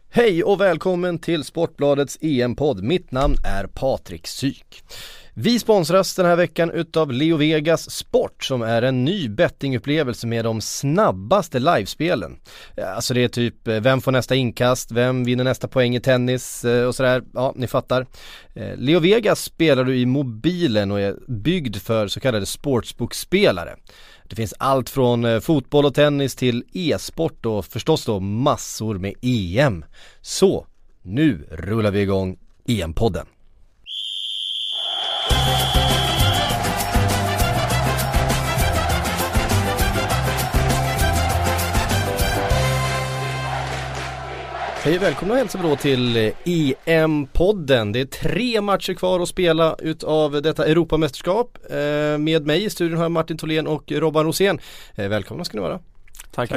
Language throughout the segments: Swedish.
Hej och välkommen till Sportbladets EM-podd. Mitt namn är Patrik Syk. Vi sponsras den här veckan utav LeoVegas Sport som är en ny bettingupplevelse med de snabbaste livespelen. Alltså det är typ vem får nästa inkast, vem vinner nästa poäng i tennis och sådär. Ja, ni fattar. LeoVegas spelar du i mobilen och är byggd för så kallade sportsbookspelare. Det finns allt från fotboll och tennis till e-sport och förstås då massor med EM. Så, nu rullar vi igång EM-podden. Hej, välkomna och hälsa då till EM-podden. Det är 3 matcher kvar att spela utav detta Europamästerskap. Med mig i studion har jag Martin Tholén och Robban Rosén. Välkomna ska ni vara. Tack.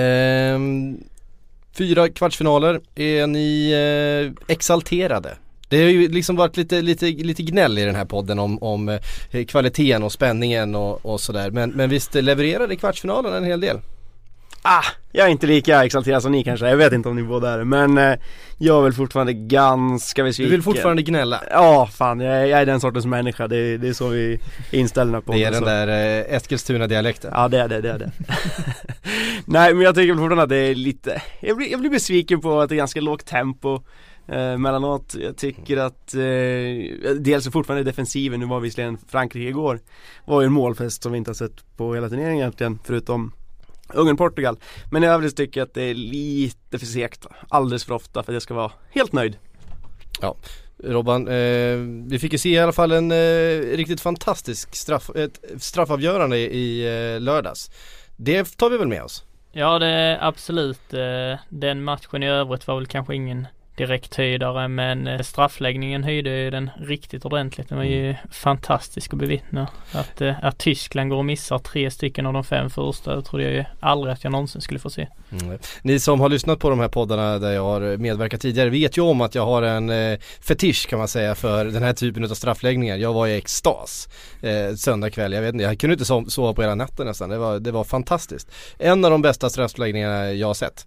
4 kvartsfinaler. Är ni exalterade? Det har ju liksom varit lite gnäll i den här podden om kvaliteten och spänningen och sådär. Men visst levererade kvartsfinalen en hel del? Jag är inte lika exalterad som ni kanske. Jag vet inte om ni båda är, men jag är väl fortfarande ganska besviken. Du vill fortfarande gnälla? Ja, fan, jag är den sortens människa. Det är så vi är inställda på. Det är den där Eskilstuna-dialekten. Ja, det är det. Nej, men jag tycker fortfarande att det är lite... Jag blir besviken på att det är ganska lågt tempo mellanåt. Jag tycker att dels är fortfarande defensiven. Nu var visserligen Frankrike igår. Var ju en målfest som vi inte har sett på hela turneringen egentligen, förutom Ungern-Portugal. Men i övrigt tycker jag att det är lite för segt. Alldeles för ofta för att jag ska vara helt nöjd. Ja, Robban, vi fick ju se i alla fall en riktigt fantastisk straffavgörande i lördags. Det tar vi väl med oss? Ja, det är absolut. Den matchen i övrigt var väl kanske ingen direkt höjdare, men straffläggningen höjde ju den riktigt ordentligt. Det var ju fantastiskt att bevittna att Tyskland går och missar 3 stycken av de 5 första. Jag trodde ju aldrig att jag någonsin skulle få se. Ni som har lyssnat på de här poddarna där jag har medverkat tidigare vet ju om att jag har en fetisch kan man säga för den här typen av straffläggningar. Jag var i extas söndag kväll. Jag vet inte, jag kunde inte sova på hela natten nästan. Det var fantastiskt. En av de bästa straffläggningarna jag har sett.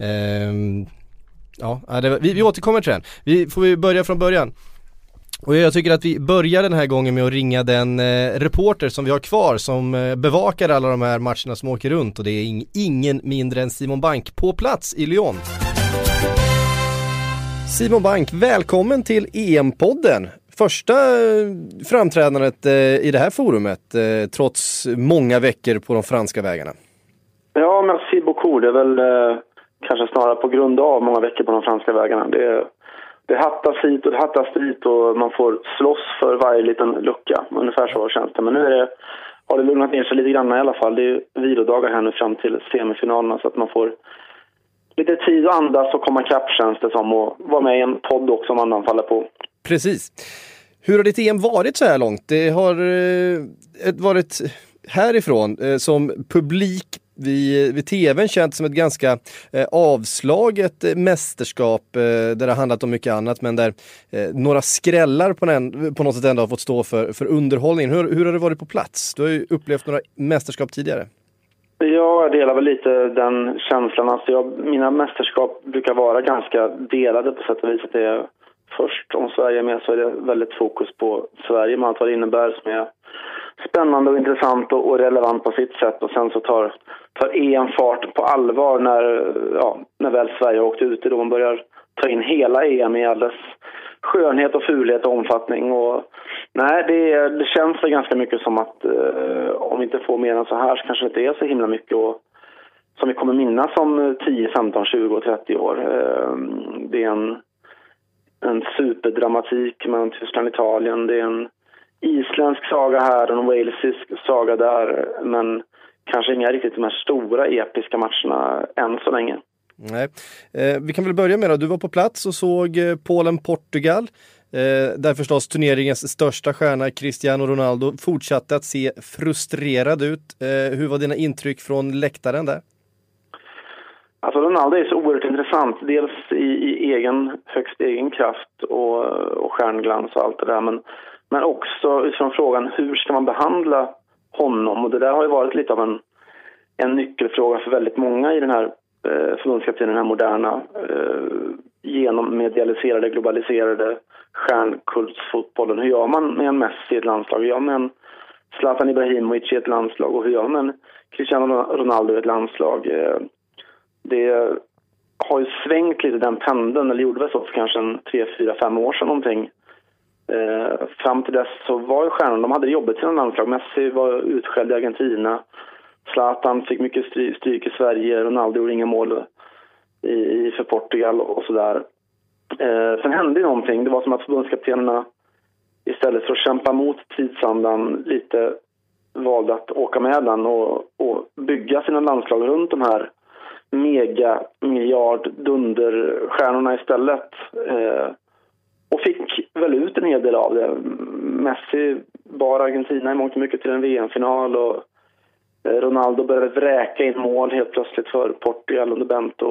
Ja, vi återkommer till den. Vi får börja från början. Och jag tycker att vi börjar den här gången med att ringa den reporter som vi har kvar som bevakar alla de här matcherna som åker runt. Och det är ingen mindre än Simon Bank på plats i Lyon. Simon Bank, välkommen till EM-podden. Första framträdandet i det här forumet trots många veckor på de franska vägarna. Ja, merci beaucoup. Det är väl... kanske snarare på grund av många veckor på de franska vägarna. Det hattas hit och det hattas dit och man får slåss för varje liten lucka. Ungefär så känns det. Men nu har det lugnat ner sig lite grann i alla fall. Det är vilodagar här nu fram till semifinalerna så att man får lite tid att andas och komma ikapp känns det som. Och vara med i en podd också som andan faller på. Precis. Hur har ditt EM varit så här långt? Det har varit härifrån som publik vid tvn känns som ett ganska avslaget mästerskap där det har handlat om mycket annat men där några skrällar på något sätt ändå har fått stå för underhållningen. Hur har det varit på plats? Du har ju upplevt några mästerskap tidigare. Ja, jag delar väl lite den känslan. Alltså mina mästerskap brukar vara ganska delade på sätt och vis. Att det är först om Sverige är med så är det väldigt fokus på Sverige med allt vad det innebär som är spännande och intressant och relevant på sitt sätt. Och sen så tar EM fart på allvar när väl Sverige har åkt ut. Då man börjar ta in hela EM i alldeles skönhet och fulhet och omfattning. Och nej, det känns väl ganska mycket som att om vi inte får mer än så här så kanske det inte är så himla mycket och som vi kommer minnas om 10, 15, 20 och 30 år. Det är en superdramatik mellan Tyskland och Italien. Det är en isländsk saga här och en walesisk saga där. Men kanske inga riktigt de här stora episka matcherna än så länge. Nej. Vi kan väl börja med då. Du var på plats och såg Polen-Portugal. Där förstås turneringens största stjärna Cristiano Ronaldo fortsatte att se frustrerad ut. Hur var dina intryck från läktaren där? Alltså Ronaldo är så oerhört intressant. Dels i högst egen kraft och stjärnglans och allt det där. Men också utifrån frågan hur ska man behandla honom? Och det där har ju varit lite av en nyckelfråga för väldigt många i den här förbundskaptenen, den här moderna den medialiserade, globaliserade stjärnkultsfotbollen. Hur gör man med en Messi i ett landslag? Hur gör man med en Zlatan Ibrahimovic i ett landslag? Och hur gör man med en Cristiano Ronaldo i ett landslag? Det har ju svängt lite den pendeln, eller gjorde väl så för kanske 3-4-5 år sedan någonting. Fram till dess så var ju stjärnorna, de hade det jobbigt i sina landslag. Messi var utskälld i Argentina. Zlatan fick mycket stryk i Sverige. Ronaldo gjorde inga mål för Portugal och sådär. Sen hände ju någonting. Det var som att förbundskaptenerna istället för att kämpa mot tidsandan lite valde att åka med den och bygga sina landslag runt de här dunderstjärnorna istället. Och fick väl ut en hel del av det. Messi bar Argentina i mångt och mycket till en VM-final, och Ronaldo började vräka in mål helt plötsligt för Portugal under Bento,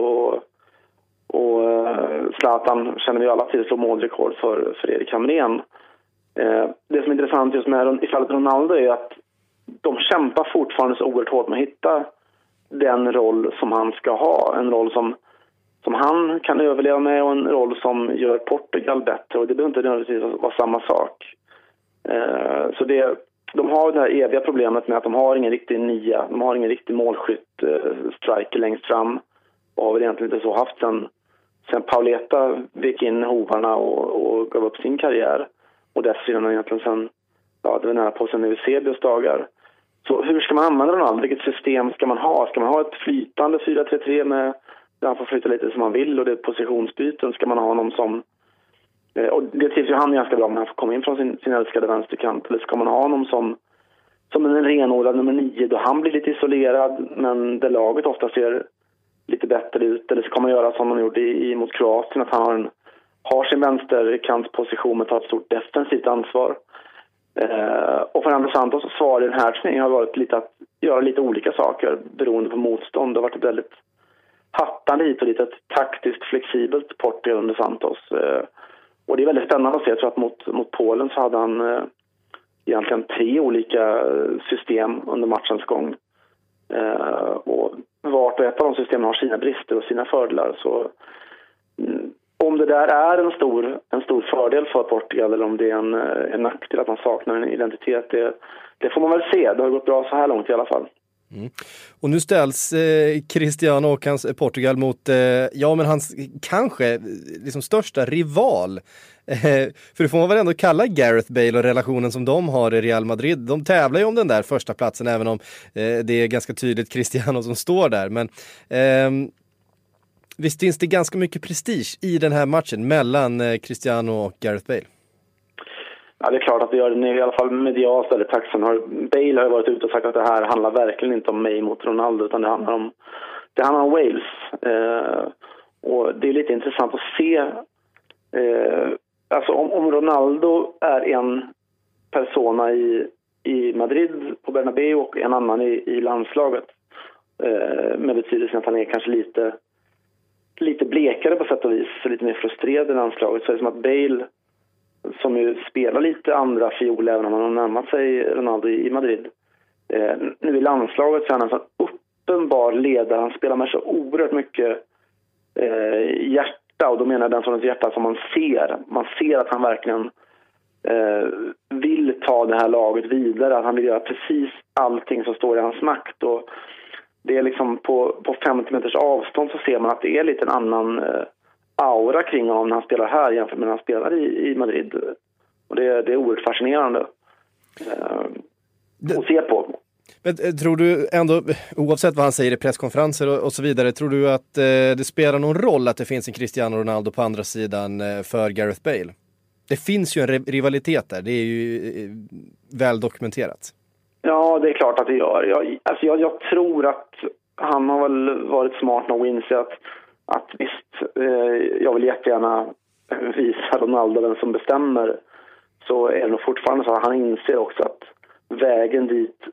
och Zlatan känner vi alla till, slå målrekord för Erik Hamrén. Det som är intressant just med i fallet Ronaldo är att de kämpar fortfarande så oerhört hårt med att hitta den roll som han ska ha. En roll som han kan överleva med, och en roll som gör Portugal bättre. Och det behöver inte nödvändigtvis vara samma sak. Så de har det här eviga problemet med att de har ingen riktig nia. De har ingen riktig målskytt, striker längst fram. Och har väl egentligen inte så haft sen Pauleta vek in hovarna och gav upp sin karriär. Och dessförinnan egentligen sen, ja, det var nära på sen Eusebios dagar. Så hur ska man använda Ronaldo? Vilket system ska man ha? Ska man ha ett flytande 4-3-3 med där han får flytta lite som man vill, och det är positionsbyten? Ska man ha någon som... Och det trivs ju han ganska bra när han får komma in från sin älskade vänsterkant. Eller ska man ha någon som en renodlad nummer 9 då han blir lite isolerad, men det laget ofta ser lite bättre ut? Eller ska man göra som man gjorde mot Kroatien, att han har sin vänsterkantsposition men tar ett stort defensivt ansvar? Och Fernando Santos svar i den här turneringen har varit lite att göra lite olika saker beroende på motstånd. Det har varit ett väldigt hattande hit och lite ett taktiskt flexibelt Portugal under Santos. Och det är väldigt spännande att se. Jag tror att mot Polen så hade han egentligen 3 olika system under matchens gång. Och vart och ett av de systemen har sina brister och sina fördelar. Så om det där är en stor fördel för Portugal, eller om det är en nackdel att man saknar en identitet, det får man väl se. Det har gått bra så här långt i alla fall. Mm. Och nu ställs Cristiano och hans Portugal mot hans kanske liksom största rival. För det får man väl ändå kalla Gareth Bale och relationen som de har i Real Madrid. De tävlar ju om den där första platsen, även om det är ganska tydligt Cristiano som står där. Men visst finns det ganska mycket prestige i den här matchen mellan Cristiano och Gareth Bale? Ja, det är klart att det gör det, i alla fall medialt väldigt tacksam. Bale har ju varit ute och sagt att det här handlar verkligen inte om mig mot Ronaldo, utan det handlar om Wales. Och det är lite intressant att se, alltså om Ronaldo är en persona i Madrid på Bernabéu och en annan i landslaget, med betydelsen att han är kanske lite blekare på sätt och vis, lite mer frustrerad i landslaget, så är det som att Bale, som ju spelar lite andra fiol även om han har närmat sig Ronaldo i Madrid. Nu i landslaget så är han en sån uppenbar ledare. Han spelar med så oerhört mycket hjärta, och då menar jag den sortens hjärta som man ser. Man ser att han verkligen vill ta det här laget vidare. Att han vill göra precis allting som står i hans makt. Och det är liksom på 50 meters avstånd så ser man att det är lite en annan aura kring honom när han spelar här jämfört med när han spelar i Madrid. Och det är oerhört fascinerande att se på. Men tror du ändå, oavsett vad han säger i presskonferenser och så vidare, tror du att det spelar någon roll att det finns en Cristiano Ronaldo på andra sidan för Gareth Bale? Det finns ju en rivalitet där, det är ju väl dokumenterat. Ja, det är klart att det gör. Jag tror att han har väl varit smart nog att inse att visst, jag vill jättegärna visa Ronaldo vem som bestämmer, så är det nog fortfarande så att han inser också att vägen dit,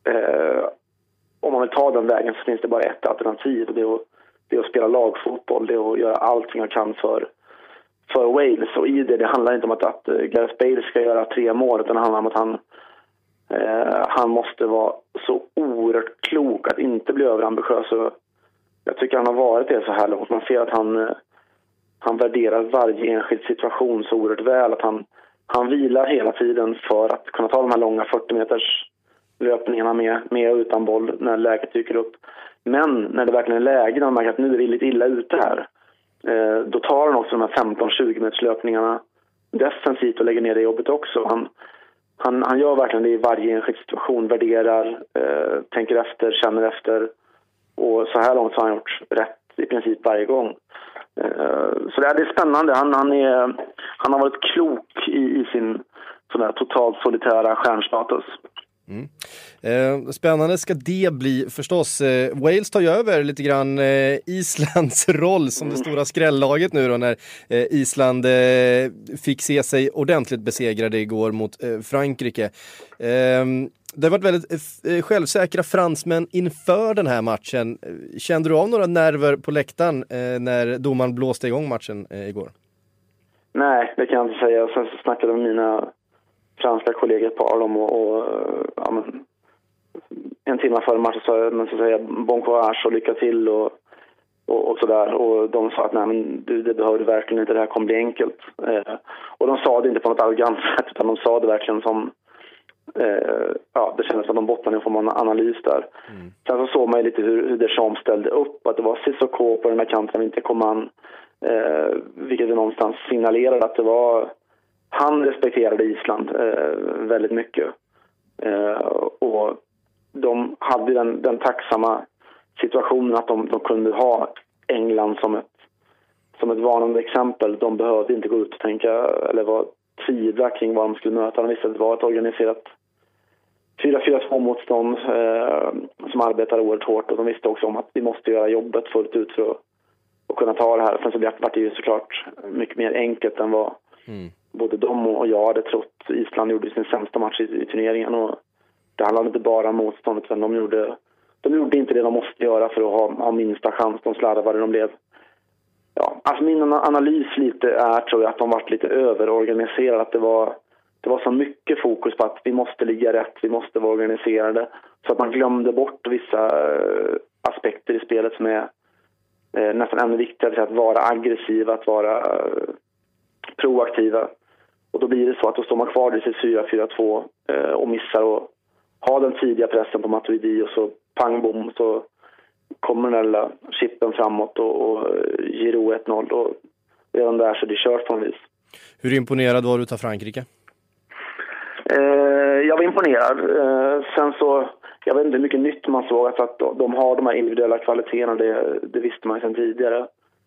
om man vill ta den vägen, så finns det bara ett alternativ, och det är att spela lagfotboll, det är att göra allting han kan för Wales. Och i det handlar inte om att Gareth Bale ska göra 3 mål, utan det handlar om att han måste vara så oerhört klok att inte bli överambitiös. Jag tycker han har varit det så här långt. Man ser att han värderar varje enskild situation så oerhört väl att han vilar hela tiden för att kunna ta de här långa 40 meters löpningarna med och utan boll när läget dyker upp. Men när det verkligen är läge, när man märker att nu är det lite illa ute här, då tar han också de här 15-20 meters löpningarna defensivt och lägger ner det jobbet också. Han gör verkligen det i varje enskild situation, värderar, tänker efter, känner efter, och så här långt så har han gjort rätt i princip varje gång. Så det är spännande. Han har varit klok i sin sån där totalt solitära stjärnstatus. Spännande ska det bli förstås. Wales tar ju över lite grann Islands roll som det stora skrällaget nu då, när Island fick se sig ordentligt besegrade igår mot Frankrike. Det har varit väldigt självsäkra fransmän inför den här matchen. Kände du av några nerver på läktaren när domaren blåste igång matchen igår? Nej, det kan jag inte säga. Sen så snackade med mina franska kollegor ett par om och en timme före matchen så säger jag bon courage och lycka till och sådär, och de sa att nej, men det behöver verkligen inte, det här kommer bli enkelt, och de sa det inte på något arrogant sätt, utan de sa det verkligen som det kändes som att de bottnade en form av analys där. Sen så såg man ju lite hur Deschamps ställde upp, att det var Sissoko på den här kanten som inte kom an, vilket någonstans signalerade att det var, han respekterade Island väldigt mycket, och de hade den tacksamma situationen att de kunde ha England som ett varnande exempel. De behövde inte gå ut och tänka eller tvivla kring vad de skulle möta. De visste att det var ett organiserat 4-4-2 motstånd som arbetar oerhört hårt, och de visste också om att vi måste göra jobbet fullt ut för att kunna ta det här. Sen så var det ju såklart mycket mer enkelt än vad både de och jag hade trott. Island gjorde sin sämsta match i turneringen, och det handlade inte bara om motståndet, utan de gjorde inte det de måste göra för att ha minsta chans. De slarvade, de blev... Ja, alltså min analys lite är, tror jag, att de varit lite överorganiserade. Att det var så mycket fokus på att vi måste ligga rätt, vi måste vara organiserade. Så att man glömde bort vissa aspekter i spelet som är nästan ännu viktigare, att vara aggressiva, att vara proaktiva. Och då blir det så att då står man kvar i sitt 4-4-2 och missar och ha den tidiga pressen på Matuidi, och så pang bom, så kommer den där chippen framåt och Giroud 1-0, och redan där så det kört på en vis. Hur imponerad var du av Frankrike? Jag var imponerad. Sen så, jag vet inte hur mycket nytt man såg, alltså att de har de här individuella kvaliteterna, det visste man sedan tidigare.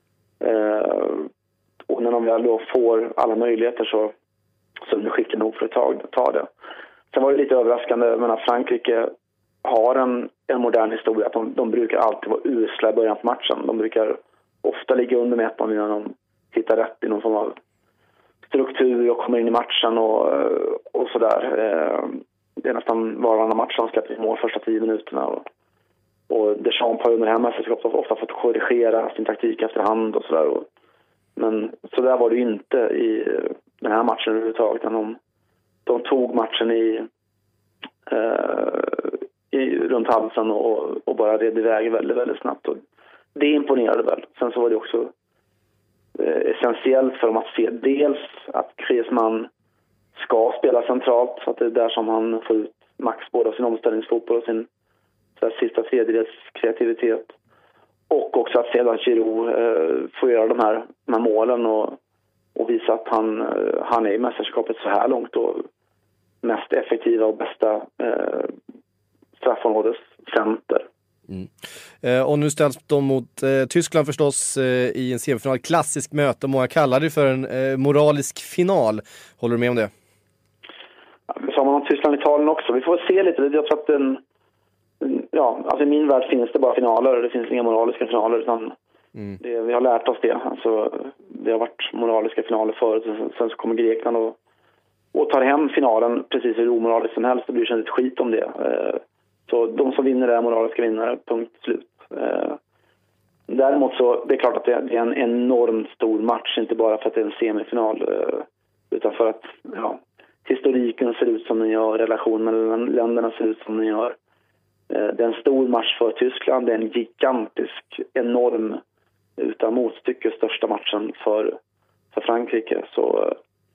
Och när de väl då får alla möjligheter så är det skickligt nog för att ta det. Sen var det lite överraskande, men att Frankrike har en modern historia. Att de brukar alltid vara usla i början på matchen. De brukar ofta ligga under med 1-0 innan de hittar rätt i någon form av struktur och kommer in i matchen och sådär. Det är nästan varannan match som släpper i mål första 10 minuterna. Och Deschamps har under det här mästerskapet ofta fått korrigera sin taktik efterhand och sådär. Men så där var det inte i den här matchen överhuvudtaget. De tog matchen runt halsen och bara red iväg väldigt, väldigt snabbt. Och det imponerade väl. Sen så var det också essentiellt för dem att se dels att Griezmann ska spela centralt, så att det är där som han får ut max både av sin omställningsfotboll och sin sista tredjedels kreativitet. Och också att sedan Giroud får göra de här målen och visa att han är i mästerskapet så här långt och mest effektiva och bästa straffområdescenter. Och nu ställs de mot Tyskland förstås i en semifinal. Klassisk möte, många kallar det för en moralisk final. Håller du med om det? Ja, sa man om Tyskland-Italien också. Vi får se lite. Jag tror att alltså i min värld finns det bara finaler. Det finns inga moraliska finaler, utan vi har lärt oss det. Alltså, det har varit moraliska finaler förut. Sen så kommer Grekland och tar hem finalen precis hur omoraliskt som helst. Det blir inte ett skit om det. Så de som vinner är moraliska vinnare, punkt slut. Däremot så det är klart att det är en enormt stor match, inte bara för att det är en semifinal, utan för att historiken ser ut som den gör, relationen mellan länderna ser ut som den gör. Det är en stor match för Tyskland, det är en gigantisk, enorm utan motstycke största matchen för Frankrike. Så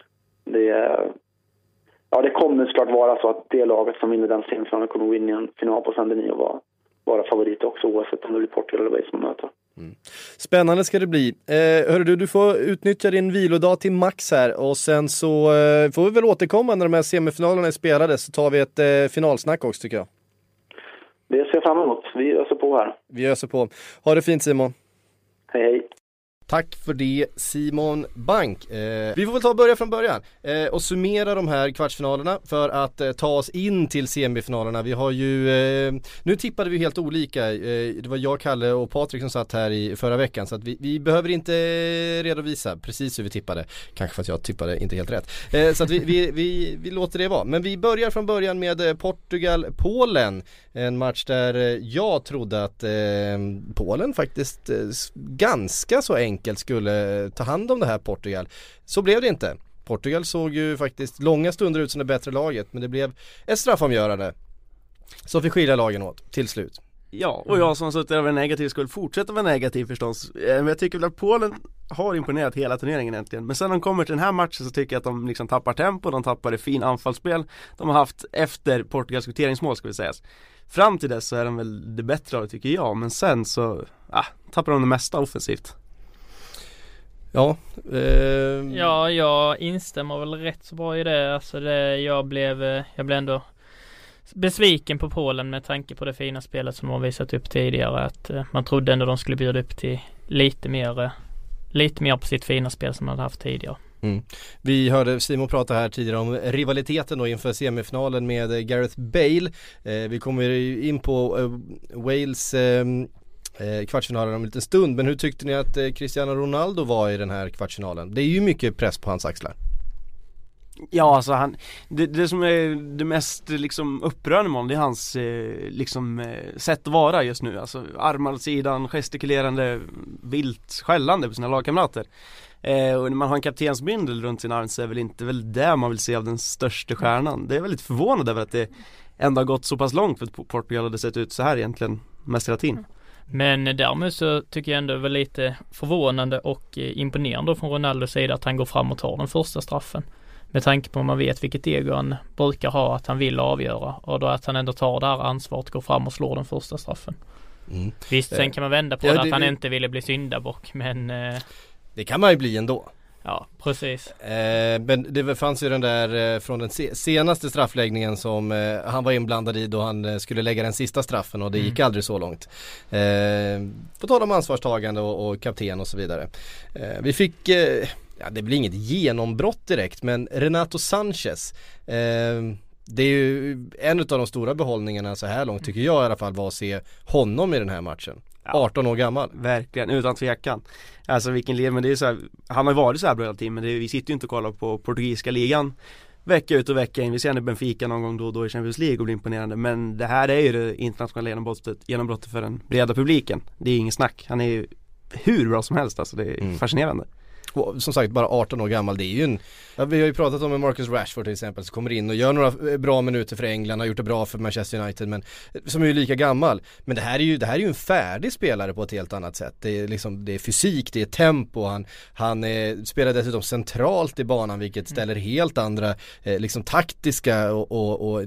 det kommer såklart vara så att det laget som vinner den semifinalen kommer vinna en final på Saint-Denis och vara favorit också, oavsett om det blir Portugal eller Wales som möter. Spännande ska det bli. Hörru du får utnyttja din vilodag till max här och sen så får vi väl återkomma när de här semifinalerna är spelade, så tar vi ett finalsnack också tycker jag. Det ser jag fram emot. Vi öser på här. Vi öser på. Ha det fint Simon. Hej hej. Tack för det Simon Bank. Vi får väl börja från början och summera de här kvartsfinalerna för att ta oss in till semifinalerna. Vi har ju, nu tippade vi helt olika. Det var jag, Kalle och Patrik som satt här i förra veckan, så att vi behöver inte redovisa precis hur vi tippade. Kanske för att jag tippade inte helt rätt. Så att vi låter det vara. Men vi börjar från början med Portugal-Polen. En match där jag trodde att Polen faktiskt ganska så enkelt skulle ta hand om det här Portugal. Så blev det inte. Portugal såg ju faktiskt långa stunder ut som det bättre laget, men det blev ett straffomgörande som fick skilja lagen åt till slut. Ja, och jag som suttit över negativ skulle fortsätta vara negativ förstås. Men jag tycker väl att Polen har imponerat hela turneringen egentligen. Men sen när de kommer till den här matchen så tycker jag att de liksom tappar tempo, de tappar det fin anfallsspel de har haft efter Portugals kvitteringsmål, ska vi säga. Fram till dess så är de väl det bättre av det tycker jag, men sen så tappar de det mesta offensivt. Ja, ja, jag instämmer väl rätt så bra i det. Alltså jag blev ändå besviken på Polen med tanke på det fina spelet som de har visat upp tidigare. Att man trodde ändå de skulle bjuda upp till lite mer på sitt fina spel som man hade haft tidigare. Vi hörde Simon prata här tidigare om rivaliteten då inför semifinalen med Gareth Bale. Vi kommer in på Wales kvartsfinalen om en liten stund, men hur tyckte ni att Cristiano Ronaldo var i den här kvartsfinalen? Det är ju mycket press på hans axlar. Ja, alltså det som är det mest liksom upprörande med honom, det är hans sätt att vara just nu. Alltså armar åt sidan, gestikulerande, vilt skällande på sina lagkamrater. Och när man har en kaptensbindel runt sin arm så är väl inte det man vill se av den största stjärnan. Det är väldigt förvånad över att det ändå har gått så pass långt för att Portugal hade sett ut så här egentligen mest hela tiden. Men därmed så tycker jag ändå det var lite förvånande och imponerande från Ronaldos sida att han går fram och tar den första straffen. Med tanke på om man vet vilket ego han brukar ha, att han vill avgöra, och då att han ändå tar det här ansvaret, går fram och slår den första straffen. Visst, sen kan man vända på att han inte ville bli syndabock, men det kan man ju bli ändå. Ja, precis. Men det fanns ju den där från den senaste straffläggningen som han var inblandad i då han skulle lägga den sista straffen, och det gick aldrig så långt. På tal om ansvarstagande och kapten och så vidare. Vi fick, det blir inget genombrott direkt, men Renato Sanchez, det är ju en av de stora behållningarna så här långt tycker jag i alla fall, var att se honom i den här matchen. 18 år gammal. Verkligen, utan tvekan. Alltså vilken led, men det är så här, han har ju varit så här bra hela tiden, men vi sitter ju inte och kollar på portugisiska ligan vecka ut och vecka in. Vi ser när Benfica någon gång då i Champions League och blir imponerande, men det här är ju det internationella genombrottet för den breda publiken. Det är ingen snack. Han är ju hur bra som helst, alltså det är fascinerande. Och som sagt, bara 18 år gammal, det är ju vi har ju pratat om Marcus Rashford till exempel, som kommer in och gör några bra minuter för England, har gjort det bra för Manchester United, men som är ju lika gammal. Men det här är ju en färdig spelare på ett helt annat sätt. Det är liksom, det är fysik, det är tempo, han spelar dessutom centralt i banan, vilket ställer helt andra liksom taktiska och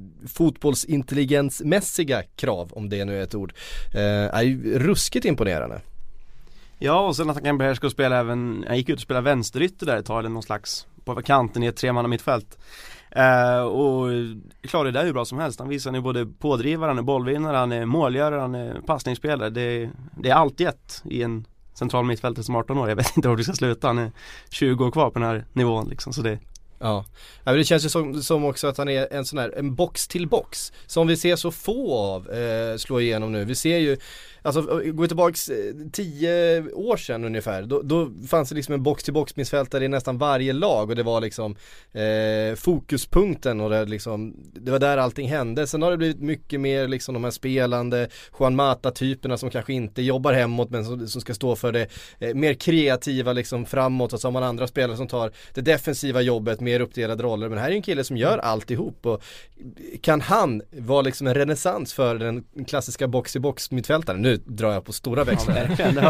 fotbollsintelligensmässiga krav, om det nu är ett ord. Är ju ruskigt imponerande. Ja, och sen att han kan behärska och spela även, han gick ut och spela vänsterytter där ett tag, eller någon slags på kanten i ett tremanna mittfält. Och klar, det där är ju bra som helst. Han visar nu både pådrivare, han är bollvinnare, han är målgörare, han är passningsspelare. Det är allt gett i en central mittfältare som 18 år. Jag vet inte var vi ska sluta, han är 20 år kvar på den här nivån liksom, så det. Ja, det känns ju som också att han är en sån här, en box till box som vi ser så få av slå igenom nu. Vi ser ju, alltså går tillbaks 10 år sedan ungefär, då fanns det liksom en box till box mittfältare i nästan varje lag, och det var liksom fokuspunkten, och det var där allting hände. Sen har det blivit mycket mer liksom de här spelande Juan Mata-typerna som kanske inte jobbar hemåt, men som ska stå för det mer kreativa liksom framåt, och så har man andra spelare som tar det defensiva jobbet mer uppdelade roller, men här är ju en kille som gör alltihop, och kan han vara liksom en renässans för den klassiska box-i-box mittfältaren? Nu drar jag på stora växlar.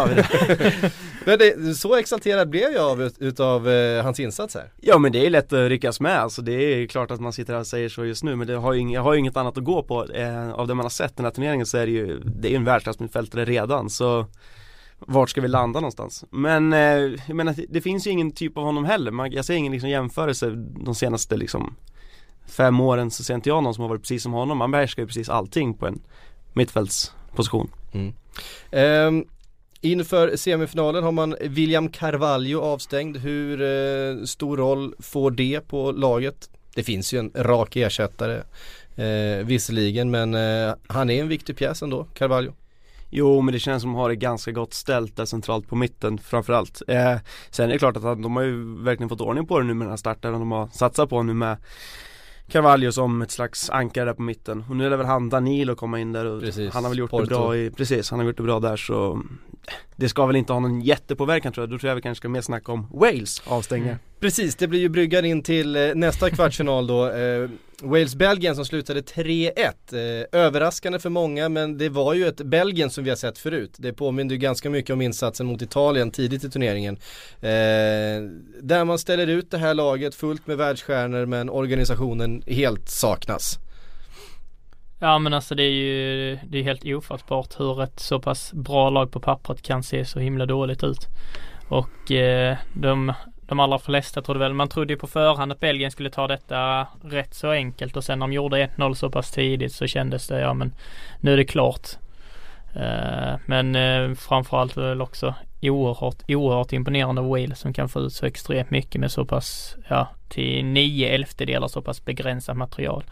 Men så exalterad blev jag utav hans insats här. Ja, men det är lätt att ryckas med, alltså det är klart att man sitter här och säger så just nu, men jag har ju inget annat att gå på av det man har sett den här turneringen, så är det är en världsklassmittfältare redan, så vart ska vi landa någonstans? Men jag menar, det finns ju ingen typ av honom heller. Jag ser ingen liksom jämförelse de senaste liksom 5 åren, så ser inte jag någon som har varit precis som honom. Man behärskar ju precis allting på en mittfältsposition. Inför semifinalen har man William Carvalho avstängd. Hur stor roll får det på laget? Det finns ju en rak ersättare visserligen, men han är en viktig pjäs ändå, Carvalho. Jo, men det känns som att ha det ganska gott ställt där centralt på mitten framförallt. Sen är det klart att de har ju verkligen fått ordning på det nu med den här starten, och de har satsat på nu med Carvalho som ett slags ankare där på mitten. Och nu är det väl han Danilo komma in där, och han har väl gjort det bra han har gjort det bra där, så det ska väl inte ha någon jättepåverkan, tror jag. Då tror jag vi kanske ska mer snacka om Wales avstängningar. Precis, det blir ju bryggan in till nästa kvartsfinal då. Wales-Belgien som slutade 3-1. Överraskande för många, men det var ju ett Belgien som vi har sett förut. Det påminner ju ganska mycket om insatsen mot Italien tidigt i turneringen. Där man ställer ut det här laget fullt med världsstjärnor, men organisationen helt saknas. Ja, men alltså det är helt ofattbart hur ett så pass bra lag på pappret kan se så himla dåligt ut. Och de allra flesta trodde väl, man trodde ju på förhand att Belgien skulle ta detta rätt så enkelt, och sen när de gjorde 1-0 så pass tidigt så kändes det, ja men nu är det klart. Men framförallt var det också oerhört imponerande av Wales som kan få ut så extremt mycket med så pass, till 9/11 så pass begränsat material.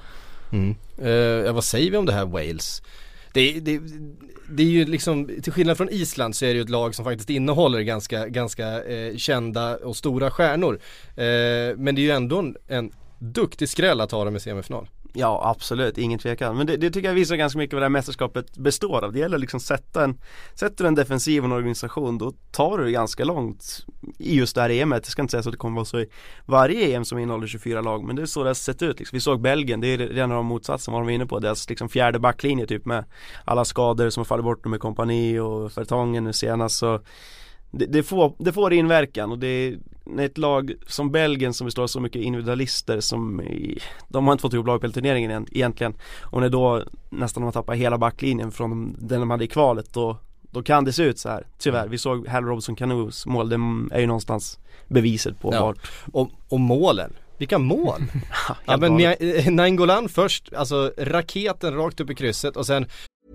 Vad säger vi om det här Wales? Det är ju liksom, till skillnad från Island så är det ju ett lag som faktiskt innehåller ganska kända och stora stjärnor. Men det är ju ändå en duktig skräll att ha dem i semifinal. Ja, absolut, ingen tvekan. Men det tycker jag visar ganska mycket vad det här mästerskapet består av. Det gäller liksom sätter du en defensiv organisation, då tar du det ganska långt i just det här EMet. Jag ska inte säga så att det kommer vara så i varje EM som innehåller 24 lag, men det är så det har sett ut liksom. Vi såg Belgien, det är redan av motsatsen vad de var inne på. Deras liksom 4:e backlinje typ, med alla skador som har fallit bort med Kompani och Fertongen nu senast, så det får inverkan. Och det är när ett lag som Belgien som består av så mycket individualister de har inte fått ihop lag på turneringen egentligen, och när då nästan de har tappat hela backlinjen från den de hade i kvalet, då kan det se ut så här. Tyvärr, vi såg Hal Robson-Kanus mål, det är ju någonstans beviset på vart. Och målen, vilka mål! Ja, men Nainggolan först, alltså raketen rakt upp i krysset, och sen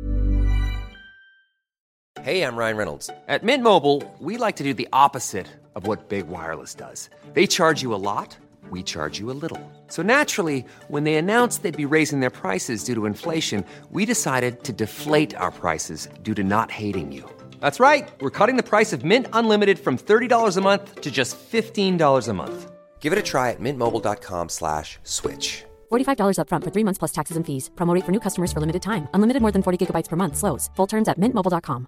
Hey, I'm Ryan Reynolds. At Mint Mobile, we like to do the opposite of what Big Wireless does. They charge you a lot, we charge you a little. So naturally, when they announced they'd be raising their prices due to inflation, we decided to deflate our prices due to not hating you. That's right. We're cutting the price of Mint Unlimited from $30 a month to just $15 a month. Give it a try at mintmobile.com/switch. $45 up front for 3 months plus taxes and fees. Promo rate for new customers for limited time. Unlimited more than 40 gigabytes per month slows. Full terms at mintmobile.com.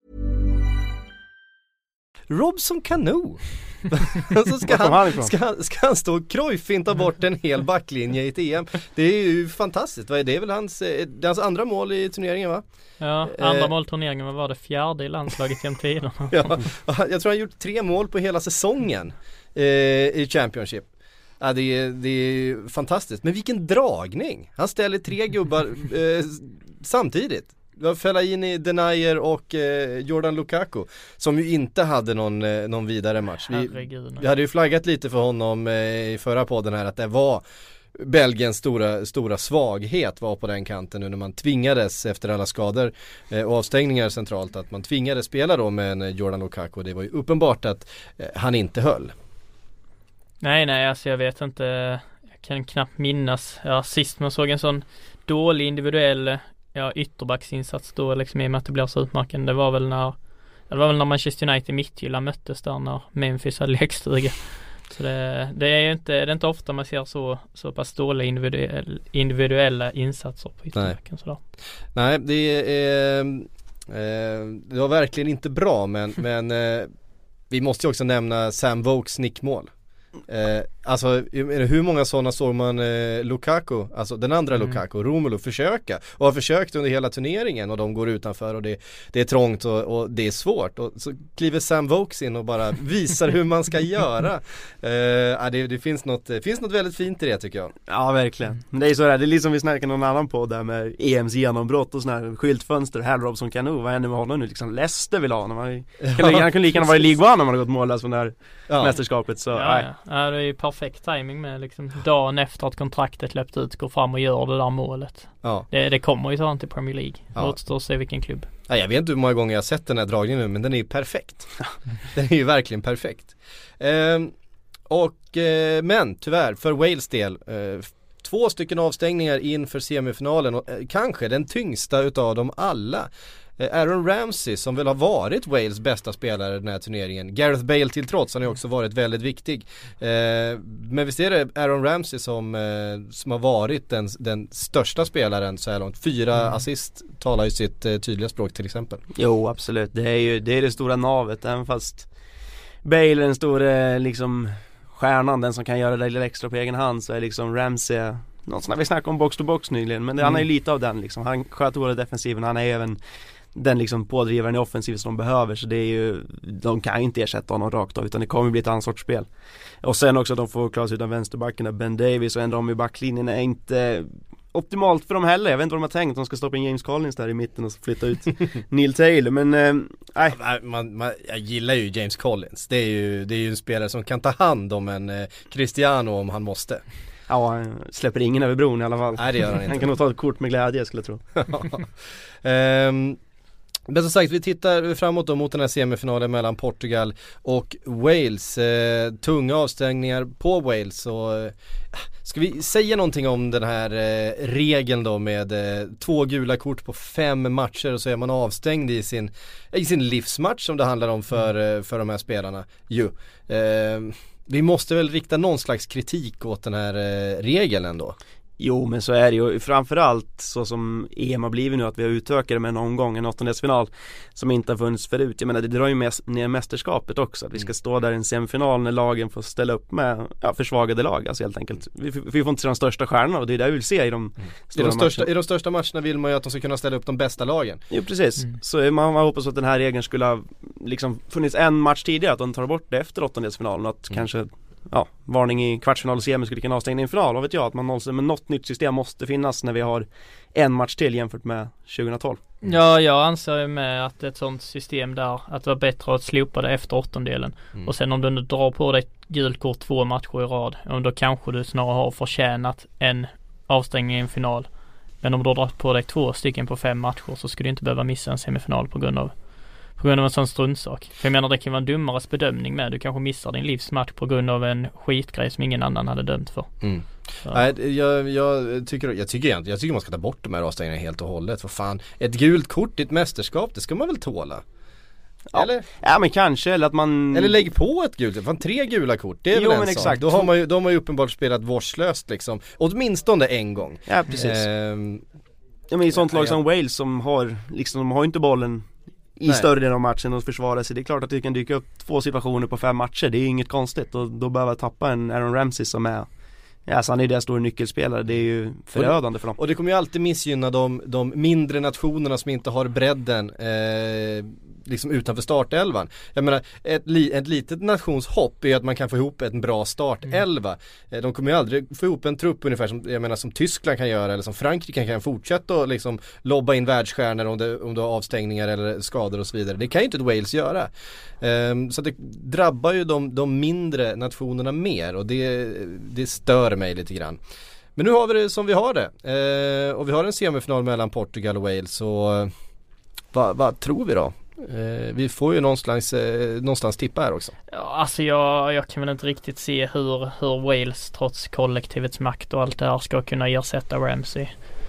Robson Kanu. Så ska han stå och krojfinta bort en hel backlinje i ett EM. Det är ju fantastiskt. Det är väl hans andra mål i turneringen, va? Ja, andra mål i turneringen, var det 4:e i landslaget genom tiderna. Ja, jag tror han gjort 3 mål på hela säsongen i Championship. Ja, det är fantastiskt. Men vilken dragning. Han ställer 3 gubbar samtidigt. Det var Fellaini, Denayer och Jordan Lukaku som ju inte hade någon vidare match. Vi hade ju flaggat lite för honom i förra podden här, att det var Belgiens stora svaghet var på den kanten nu när man tvingades efter alla skador och avstängningar centralt, att man tvingades spela då med en Jordan Lukaku. Det var ju uppenbart att han inte höll. Nej, alltså jag vet inte, jag kan knappt minnas. Sist man såg en sån dålig individuell ytterbacksinsats då liksom, i och med att det blev så utmärkande. Det var väl när Manchester United Midtjylland möttes där, när Memphis hade lekstuga. Så det är inte ofta man ser så pass dåliga individuella insatser på ytterbacken. Nej, det var verkligen inte bra, men vi måste ju också nämna Sam Vokes nickmål. alltså hur många sådana såg man Lukaku, alltså den andra Lukaku, Romelu försöka och har försökt under hela turneringen och de går utanför och det är trångt och det är svårt och så kliver Sam Vokes in och bara visar hur man ska göra. Det finns något väldigt fint i det tycker jag. Ja, verkligen. Men det är så där, det är liksom vi snackar någon annan på där med EMs genombrott och såna här skyltfönster, Hal Robson Kanu, vad händer med honom nu? Liksom Leicester vill ha honom. Han kan lika gärna vara i League One om man har gått mållös från det här mästerskapet. Så, ja, det är ju perfekt timing med liksom dagen efter att kontraktet löpt ut, går fram och gör det där målet. Ja. Det kommer ju sånt i Premier League. Återstår att se vilken klubb. Ja, jag vet inte hur många gånger jag har sett den här dragningen nu, men den är ju perfekt. Den är ju verkligen perfekt. Men tyvärr för Wales del 2 stycken avstängningar inför semifinalen och kanske den tyngsta utav dem alla. Aaron Ramsey som väl har varit Wales bästa spelare i den här turneringen. Gareth Bale till trots, han har också varit väldigt viktig. Men visst är det Aaron Ramsey som har varit den största spelaren så här långt. 4 assist talar ju sitt tydliga språk till exempel. Jo, absolut. Det är det stora navet, även fast Bale är den stora liksom stjärnan, den som kan göra det lite extra på egen hand, så är liksom Ramsey något sånt. Vi snackade om box to box nyligen, men han är ju lite av den liksom. Han sköter både defensiven, han är även den liksom pådrivaren i offensiv som de behöver, så det är ju, de kan inte ersätta honom rakt av, utan det kommer bli ett annat sorts spel. Och sen också att de får klara sig utan vänsterbacken där Ben Davies och ändå om i backlinjen är inte optimalt för dem heller. Jag vet inte vad de har tänkt, de ska stoppa in James Collins där i mitten och flytta ut Neil Taylor, men jag gillar ju James Collins. Det är ju en spelare som kan ta hand om en Cristiano om han måste. Ja, han släpper ingen över bron i alla fall. Nej, det gör han inte. Han kan nog ta ett kort med glädje, skulle jag tro. Men som sagt, vi tittar framåt då mot den här semifinalen mellan Portugal och Wales. Tunga avstängningar på Wales. Och ska vi säga någonting om den här regeln då med 2 gula kort på 5 matcher och så är man avstängd i sin livsmatch som det handlar om för de här spelarna. Vi måste väl rikta någon slags kritik åt den här regeln ändå. Jo, men så är det ju framförallt så som EM har blivit nu, att vi har utökat det med en omgång, en åttondelsfinal som inte har funnits förut. Jag menar, det drar ju ner mästerskapet också, att vi ska stå där i en semifinal när lagen får ställa upp med försvagade lag, alltså helt enkelt. Vi får inte se de största stjärnorna och det är det vi vill se i de stora matcherna. I de största matcherna vill man ju att de ska kunna ställa upp de bästa lagen. Jo, precis. Så man hoppas att den här regeln skulle ha liksom funnits en match tidigare, att de tar bort det efter åttondelsfinalen, att kanske varning i kvartsfinal och semi skulle kunna avstänga i en final. Och vet jag att man någonsin, men något nytt system måste finnas när vi har en match till jämfört med 2012. Ja, jag anser ju med att ett sånt system där, att det var bättre att slopa det efter åttondelen. Och sen om du nu drar på dig gult kort 2 matcher i rad, då kanske du snarare har förtjänat en avstängning i en final. Men om du drar på dig 2 stycken på 5 matcher, så skulle du inte behöva missa en semifinal på grund av en sån struntsak. För jag menar, det kan vara en dummares bedömning med. Du kanske missar din livsmatch på grund av en skitgrej som ingen annan hade dömt för. Nej, jag tycker man ska ta bort de här avstängningarna helt och hållet. För fan, ett gult kort i ett mästerskap, det ska man väl tåla? Ja. Eller? Ja, men kanske, eller att man... Eller lägg på ett gult, fan 3 gula kort, det är väl en sak. Då har man ju uppenbart spelat vårdslöst liksom. Åtminstone en gång. Ja, precis. Men i sånt lag som Wales som har, liksom, de har ju inte bollen i större delen av matchen och försvara sig. Det är klart att det kan dyka upp 2 situationer på 5 matcher. Det är inget konstigt. Och då behöver jag tappa en Aaron Ramsey som är, så han är deras stora nyckelspelare. Det är ju förödande för dem. Och det kommer ju alltid missgynna de mindre nationerna som inte har bredden liksom utanför startelvan. Jag menar, ett litet nationshopp är att man kan få ihop en bra startelva. De kommer ju aldrig få ihop en trupp ungefär som Tyskland kan göra, eller som Frankrike kan fortsätta och liksom lobba in världsstjärnor om det har avstängningar eller skador och så vidare. Det kan ju inte Wales göra. Så det drabbar ju de mindre nationerna mer, och det stör mig lite grann. Men nu har vi det som vi har det. Och vi har en semifinal mellan Portugal och Wales, så vad tror vi då? Vi får ju någonstans tippa här också. Ja, alltså jag kan väl inte riktigt se hur Wales trots kollektivets makt och allt det här ska kunna ersätta Ramsey.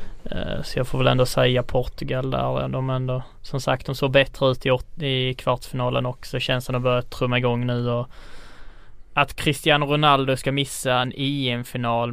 Så jag får väl ändå säga Portugal där. De ändå, som sagt, de såg bättre ut i kvartsfinalen också. Känns som att de börjar trumma igång nu, och att Cristiano Ronaldo ska missa en EM-final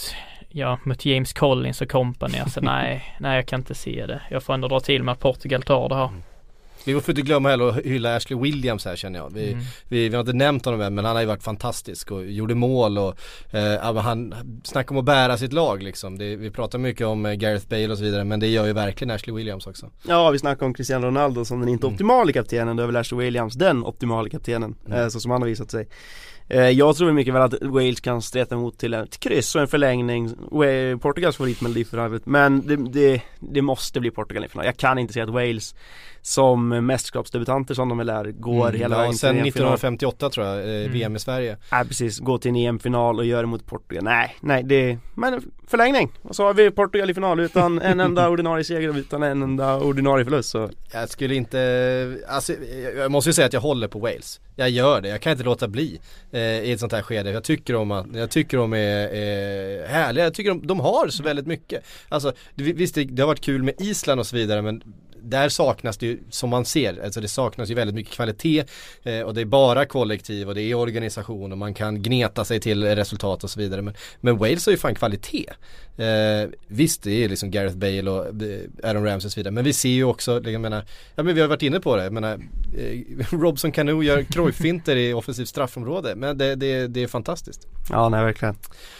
mot James Collins och company. Alltså nej, jag kan inte se det. Jag får ändå dra till med att Portugal tar det här. Vi får inte glömma heller att hylla Ashley Williams här, känner jag. Vi har inte nämnt honom än, men han har ju varit fantastisk och gjorde mål och han snackar om att bära sitt lag liksom. Vi pratar mycket om Gareth Bale och så vidare, men det gör ju verkligen Ashley Williams också. Ja, vi snackar om Cristiano Ronaldo som den inte optimala kaptenen, då är väl Ashley Williams den optimala kaptenen, så som han har visat sig. Jag tror mycket väl att Wales kan streta emot till ett kryss och en förlängning. Portugals favoritmelodi för övrigt, men det måste bli Portugal i final. Jag kan inte se att Wales som mästerskapsdebutanter som de väl är går hela vägen sen 1958 tror jag, VM i Sverige. Nej, precis, gå till en EM-final och göra det mot Portugal. Nej, men förlängning. Och så har vi Portugal i final utan en enda ordinarie seger och utan en enda ordinarie förlust. Så. Jag skulle inte, alltså, jag måste ju säga att jag håller på Wales. Jag gör det, jag kan inte låta bli i ett sånt här skede. Jag tycker de är härliga. Jag tycker de har så väldigt mycket. Alltså, visst det har varit kul med Island och så vidare, men där saknas det ju, som man ser, alltså det saknas ju väldigt mycket kvalitet och det är bara kollektiv och det är organisation och man kan gneta sig till resultat och så vidare, men Wales har ju fan kvalitet. Visst, det är liksom Gareth Bale och Aaron Ramsey och så vidare, men vi ser ju också, men vi har varit inne på det, Robson Kanu gör Cruyff-finter i offensivt straffområde, men det är fantastiskt. Ja, nej, verkligen.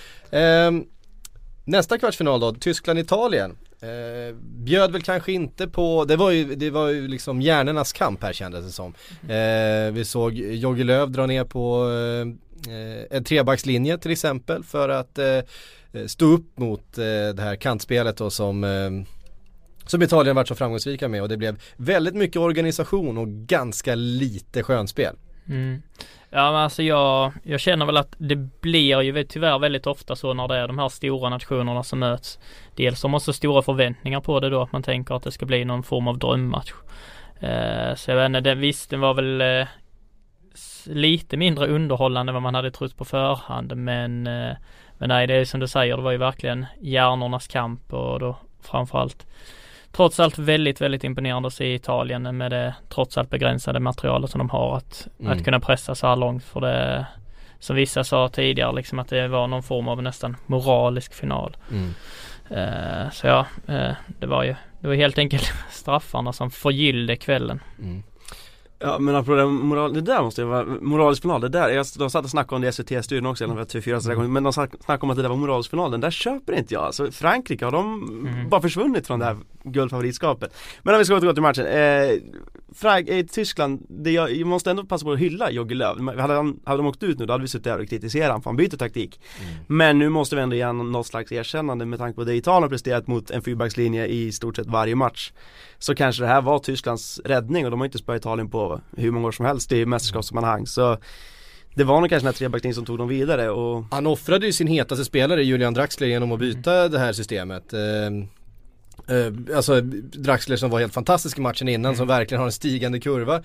Nästa kvartsfinal då, Tyskland-Italien. Bjöd väl kanske inte på, det var ju liksom hjärnornas kamp här, kändes det som. Vi såg Jogi Löw dra ner på en trebackslinje till exempel för att stå upp mot det här kantspelet då, som Italien varit så framgångsrika med, och det blev väldigt mycket organisation och ganska lite skönspel. Ja, men alltså jag känner väl att det blir ju tyvärr väldigt ofta så när det är de här stora nationerna som möts. Dels har man så stora förväntningar på det då, att man tänker att det ska bli någon form av drömmatch. Så jag vet inte, den var väl lite mindre underhållande än vad man hade trott på förhand, men nej, det är som du säger, det var ju verkligen hjärnornas kamp, och då framförallt trots allt väldigt, väldigt imponerande att se Italien med det trots allt begränsade materialet som de har att kunna pressa så här långt, för det, som vissa sa tidigare, liksom att det var någon form av nästan moralisk final. Så ja, det var helt enkelt straffarna som förgyllde kvällen. Ja, men det där måste ju vara moralisk final. Det där, de satt och snackade om det i SVT-studion också, eller TV4, men de snackade om att det där var moralisk final. Den där köper inte jag. Alltså, Frankrike har de bara försvunnit från det här guldfavoritskapet. Men om vi ska återgå till matchen. Tyskland, jag måste ändå passa på att hylla Jogi Löw. Hade de åkt ut nu, då hade vi suttit där och kritiserat honom för han byter taktik. Men nu måste vi ändå ge honom något slags erkännande med tanke på det Italien har presterat mot en fyrbackslinje i stort sett varje match. Så kanske det här var Tysklands räddning, och de har inte spöat Italien på hur många år som helst i mästerskapssammanhang. Så det var nog kanske den här trebackslinjen som tog dem vidare. Och han offrade ju sin hetaste spelare, Julian Draxler, genom att byta det här systemet. Alltså Draxler som var helt fantastisk i matchen innan, som verkligen har en stigande kurva,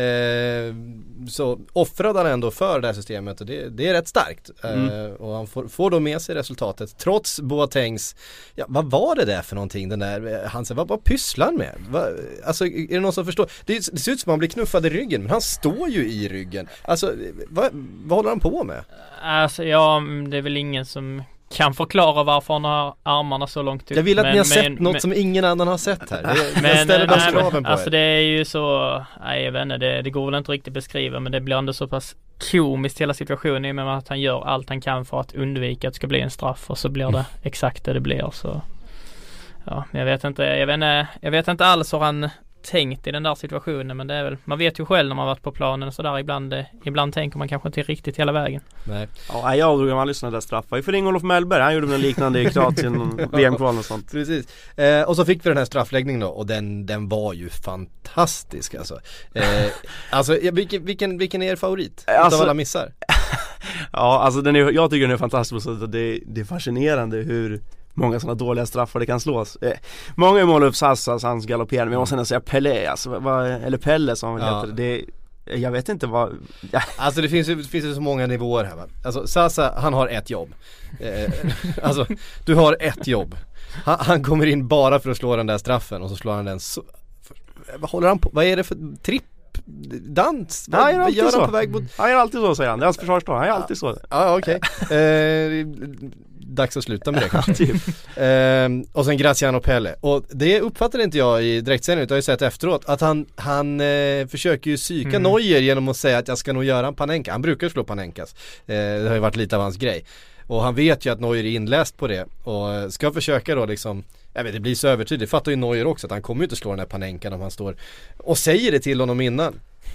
så offrade han ändå för det här systemet, och det är rätt starkt. Och han får då med sig resultatet trots Boatengs, vad var det där för någonting, den där han säger, vad pysslar han med? Alltså, är det någon som förstår? Det ser ut som att han blir knuffad i ryggen, men han står ju i ryggen. Alltså, vad håller han på med? Alltså, ja, det är väl ingen som kan förklara varför han har armarna så långt ut. Jag vill att ni har sett något som ingen annan har sett här. Jag ställer de kraven på alltså, det är ju så, nej, jag vet inte, det går väl inte riktigt beskriva, men det blir ändå så pass komiskt hela situationen, med att han gör allt han kan för att undvika att det ska bli en straff, och så blir det exakt det blir. Så ja, men jag vet inte alls hur han tänkt i den där situationen, men det är väl, man vet ju själv när man varit på planen och sådär, ibland tänker man kanske inte riktigt hela vägen. Nej. Ja, jag drog aldrig sådana där straffar. För Ingolf Mellberg, han gjorde något liknande i Kroatien VM-kval och sånt. Precis. Och så fick vi den här straffläggningen då, och den var ju fantastisk alltså. Alltså vilken är er favorit av alla missar? Ja, alltså jag tycker den är fantastisk, så det är fascinerande hur många sådana dåliga straffar det kan slås. Många mål upp Sassas, hans galopperande, men jag måste ändå säga Pelé, alltså, eller Pelle som han heter. Det, jag vet inte vad. Alltså det finns ju så många nivåer här, va? Alltså Sassa, han har ett jobb. Alltså du har ett jobb. Han kommer in bara för att slå den där straffen, och så slår han den så. Vad håller han på? Vad är det för dans? Vad gör han på väg mot? Han är alltid så, säger han. Det är hans försvarsdag. Han är alltid så. Ja, okej. dags att sluta med det kanske. Och sen Graziano Pelle. Och det uppfattade inte jag i direktsändningen, utan jag har ju sett efteråt att han försöker ju psyka Neuer genom att säga att jag ska nog göra en Panenka. Han brukar slå Panenkas. Det har ju varit lite av hans grej. Och han vet ju att Neuer är inläst på det och ska försöka då liksom, jag vet, det blir så övertydligt. Det fattar ju Neuer också att han kommer ju inte slå den här Panenkan om han står och säger det till honom innan.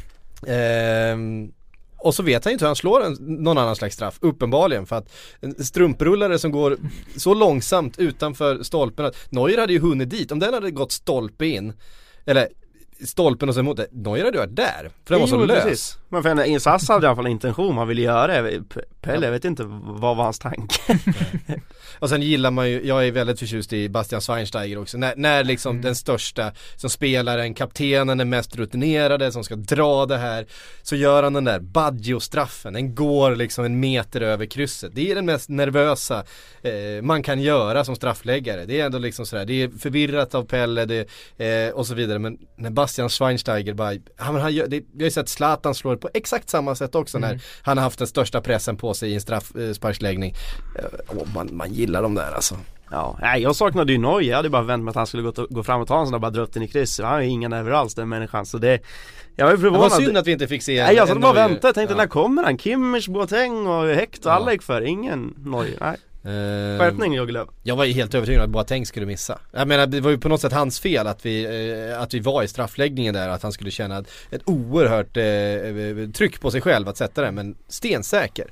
Och så vet han inte hur han slår någon annan slags straff, uppenbarligen, för att en strumprullare som går så långsamt utanför stolpen att Neuer hade ju hunnit dit. Om den hade gått stolpe in, eller stolpen och så emot det, Neuer hade ju varit där, för den var så lös. Precis. Men för Insats hade i alla fall intention, han ville göra det. Pelle, jag vet inte vad var hans tanke. Och sen gillar man ju, jag är väldigt förtjust i Bastian Schweinsteiger också, när liksom den största som spelar, en kaptenen, den mest rutinerade som ska dra det här, så gör han den där Baggio-straffen, den går liksom 1 meter över krysset. Det är den mest nervösa man kan göra som straffläggare. Det är ändå liksom sådär, det är förvirrat av Pelle och så vidare, men när Bastian Schweinsteiger bara, han gör, jag har ju sett Zlatan slå på exakt samma sätt också när han har haft den största pressen på sig i en straffsparksläggning. Man gillar dem där alltså. Ja, nej, jag saknade ju Neuer. Jag hade bara vänt mig att han skulle gå fram och ta en sån där, bara dra upp den i kryss. Han har ju inga nerver alls, den människan. Så det, jag var förvånad. Det var synd att vi inte fick se nej, jag satt bara vänta. Jag tänkte, när kommer han? Kimmich, Boateng och Hector, alla gick för. Ingen Neuer, nej. Skärpning, Jogi Löw. Jag var ju helt övertygad att Boateng skulle missa. Jag menar, det var ju på något sätt hans fel att vi var i straffläggningen där, att han skulle känna ett oerhört tryck på sig själv att sätta det, men stensäker.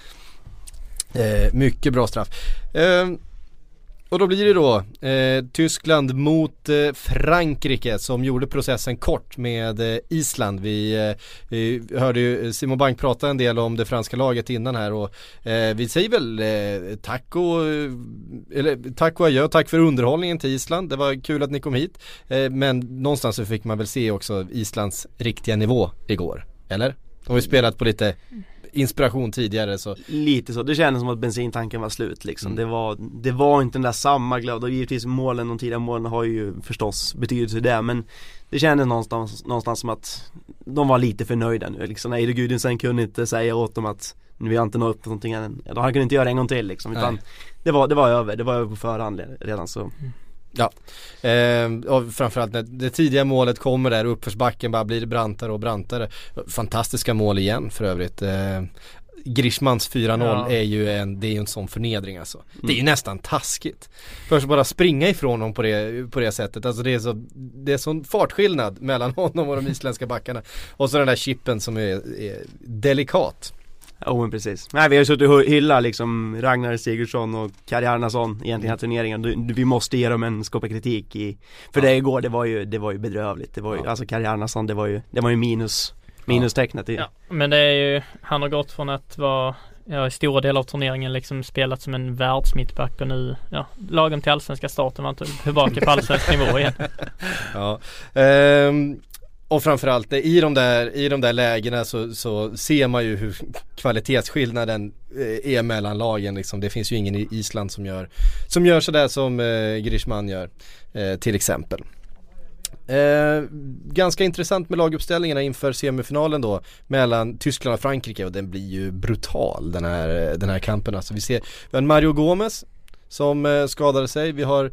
Mycket bra straff. Och då blir det då Tyskland mot Frankrike som gjorde processen kort med Island. Vi hörde ju Simon Bank prata en del om det franska laget innan här, och vi säger väl tack och adjö, tack för underhållningen till Island. Det var kul att ni kom hit, men någonstans så fick man väl se också Islands riktiga nivå igår, eller? De har ju spelat på lite inspiration tidigare, så lite så, det kändes som att bensintanken var slut liksom. Det var inte den där samma glöd, och givetvis de tidiga målen har ju förstås betydelse det, men det kändes någonstans som att de var lite för nöjda nu liksom. Nej, Gudinsen kunde inte säga åt dem att vi har inte nått upp någonting än. Han kunde inte göra en gång till liksom, utan det var över på förhand redan så. Ja, och framförallt när det tidiga målet kommer där, uppförsbacken bara blir brantare och brantare. Fantastiska mål igen för övrigt. Griezmanns 4-0 är ju en sån förnedring alltså. Det är ju nästan taskigt. Först bara springa ifrån honom på det sättet. Alltså det är sån fartskillnad mellan honom och de isländska backarna. Och så den där chippen som är delikat. Ja, men precis. Nej, vi har ju suttit och hyllat liksom Ragnar Sigurdsson och Kari Arnason egentligen här turneringen. Vi måste ge dem en skopa kritik för det igår, det var ju bedrövligt. Det var ju, alltså Kari Arnason, det var ju minustecknet i. Ja, men det är ju, han har gått från att vara i stora delar av turneringen liksom spelat som en världsmittback, och nu lagom till allsvenska starten var han tillbaka på allsvensk nivå igen. Ja. Och framförallt i de där lägena så ser man ju hur kvalitetsskillnaden är mellan lagen liksom. Det finns ju ingen i Island som gör sådär som Griezmann gör till exempel. Ganska intressant med laguppställningarna inför semifinalen då mellan Tyskland och Frankrike, och den blir ju brutal den här kampen. Alltså vi har en Mario Gomez som skadade sig. Vi har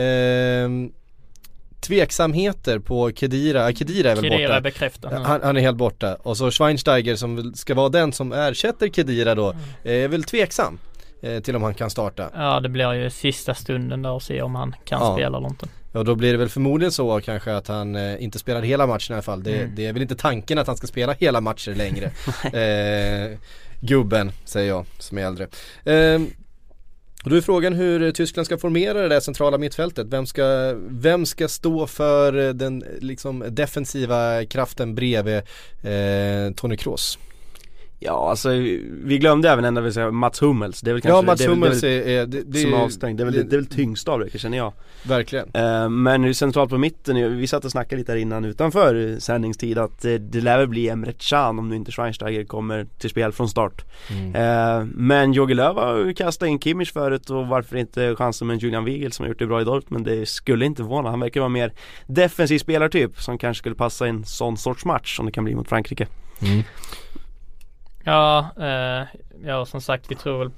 tveksamheter på Khedira. Khedira är väl borta. Är bekräftad. Han är helt borta. Och så Schweinsteiger som ska vara den som ersätter Khedira då är väl tveksam till om han kan starta. Ja, det blir ju sista stunden där och se om han kan spela eller inte. Ja, då blir det väl förmodligen så kanske att han inte spelar hela matchen i alla fall. Det är väl inte tanken att han ska spela hela matcher längre. Gubben, säger jag som är äldre. Och då är frågan hur Tyskland ska formera det där centrala mittfältet. Vem ska stå för den liksom defensiva kraften bredvid Toni Kroos? Ja, alltså vi glömde även ända vill säga Mats Hummels. Det är väl kanske Mats Hummels är som avstängd. Det är väl tyngst av det, känner jag. Verkligen. Men nu centralt på mitten, vi satt och snackade lite här innan utanför sändningstid att det lär väl bli Emre Can om nu inte Schweinsteiger kommer till spel från start. Men Jogi Löw har kastat in Kimmich förut, och varför inte chansen med Julian Weigl som har gjort det bra i Dortmund, men det skulle inte förvåna. Han verkar vara mer defensiv spelartyp som kanske skulle passa i en sån sorts match som det kan bli mot Frankrike. Ja, som sagt, vi tror väl på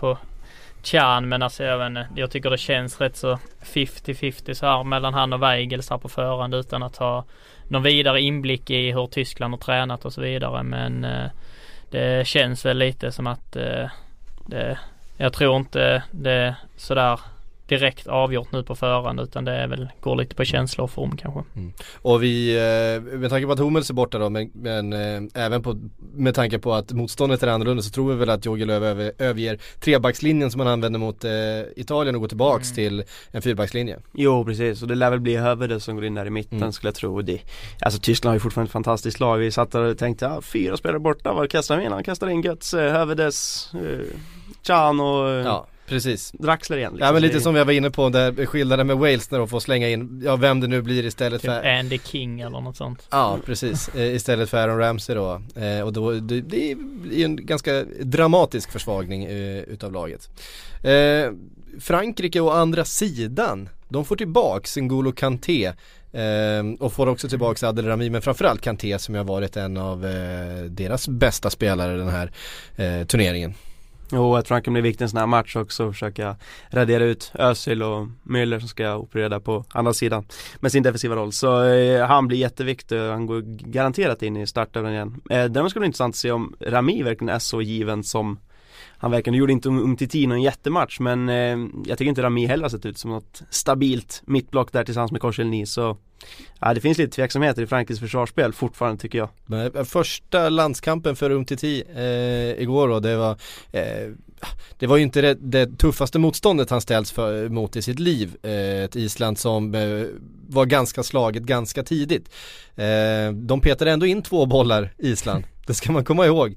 Can, men alltså jag tycker det känns rätt så 50-50 så här mellan han och Weigels här på förhand utan att ha någon vidare inblick i hur Tyskland har tränat och så vidare, men det känns väl lite som att jag tror inte det är sådär direkt avgjort nu på förhand, utan det är väl går lite på känsla och form kanske. Och vi, med tanke på att Hummels är borta då, men även med tanke på att motståndet är annorlunda, så tror vi väl att Jogi Löw överger trebackslinjen som man använder mot Italien och går tillbaks till en fyrbackslinje. Jo, precis, och det lär väl bli Hövede som går in där i mitten skulle jag tro. Alltså Tyskland har ju fortfarande ett fantastiskt lag. Vi satt där och tänkte, 4 spelare borta, vad kastar vi in? Han kastar in Götze, Hövedes, Can och... Ja. Precis. Draxler igen. Liksom. Ja, men lite som jag var inne på där skillnaden med Wales när de får slänga in, vem det nu blir istället typ för Andy King eller något sånt. Ja, precis. Istället för Aaron Ramsey då. Och då det är en ganska dramatisk försvagning utav laget. Frankrike å andra sidan, de får tillbaks N'Golo Kanté och får också tillbaks Adel Rami, men framförallt Kanté som har varit en av deras bästa spelare den här turneringen. Jo, jag tror han kan bli viktig i en sån här match också och försöka radera ut Özil och Müller som ska operera på andra sidan med sin defensiva roll. Så han blir jätteviktig och han går garanterat in i starten igen. Därmed ska det bli intressant att se om Rami verkligen är så given som han verkligen gjorde. Inte Umtiti någon jättematch, men jag tycker inte Rami heller har sett ut som något stabilt mittblock där tillsammans med Koscielny, så ja, det finns lite tveksamheter i Frankrikes försvarsspel fortfarande tycker jag. Men första landskampen för Umtiti igår då, det var ju inte det tuffaste motståndet han ställts mot i sitt liv. Ett Island som var ganska slaget ganska tidigt. De petade ändå in 2 bollar Island. Det ska man komma ihåg.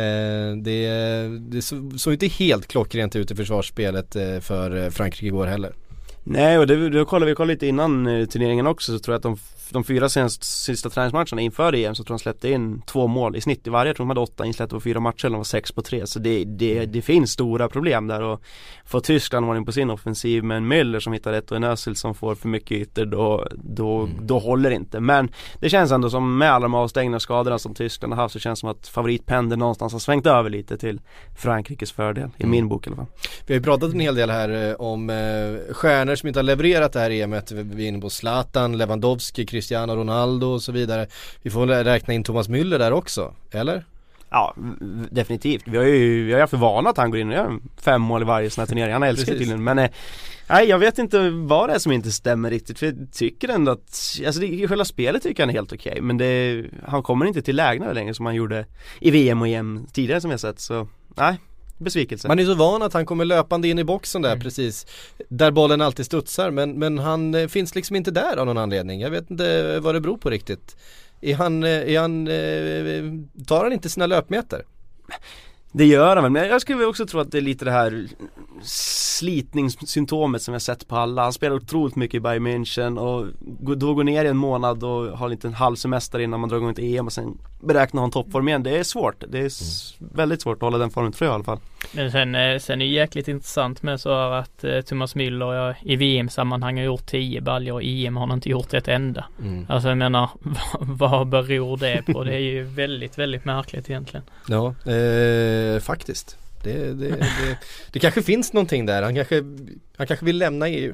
Det såg inte helt klockrent ut i försvarsspelet för Frankrike igår heller. Nej, och det kollade vi lite innan turneringen också, så tror jag att de 4 sista träningsmatcherna inför EM så tror jag de släppte in 2 mål i snitt i varje. Jag tror de hade 8 insläpp på 4 matcher, eller de var 6 på 3, så det finns stora problem där, och får Tyskland vara in på sin offensiv med en Müller som hittar rätt och en Özil som får för mycket ytor, då håller det inte. Men det känns ändå som med alla de avstängda skadorna som Tyskland har haft, så känns det som att favoritpendeln någonstans har svängt över lite till Frankrikes fördel, i min bok i alla fall. Vi har ju pratat en hel del här om stjärnor som inte har levererat det här EM:et. Vi är inne på Zlatan, Lewandowski, Cristiano Ronaldo och så vidare. Vi får räkna in Thomas Müller där också, eller? Ja, definitivt. Vi har ju för vana att han går in och gör 5 mål i varje sån här turnering. Han älskar det tydligen. Men nej, jag vet inte vad det är som inte stämmer riktigt. För jag tycker ändå att, alltså i själva spelet tycker jag han är helt okej. Men han kommer inte till lägena längre som han gjorde i VM och EM tidigare som jag sett. Så nej, besvikelse. Man är så van att han kommer löpande in i boxen där precis där bollen alltid studsar, men han finns liksom inte där av någon anledning. Jag vet inte vad det beror på riktigt. Tar han inte sina löpmeter? Det gör han väl, men jag skulle också tro att det är lite det här slitningssymptomet som jag sett på alla. Han spelar otroligt mycket i Bayern München och då går ner i en månad och har lite en halv semester innan man drar igång till EM och sen beräknar han toppform igen. Det är svårt, det är väldigt svårt att hålla den formen, tror jag i alla fall. Men sen är det jäkligt intressant med så att Thomas Müller i VM-sammanhang har gjort 10 baljor och i EM har han inte gjort ett enda. Alltså jag menar, vad beror det på? Det är ju väldigt, väldigt märkligt egentligen. Ja, faktiskt. Det kanske finns någonting där. Han kanske vill lämna EU.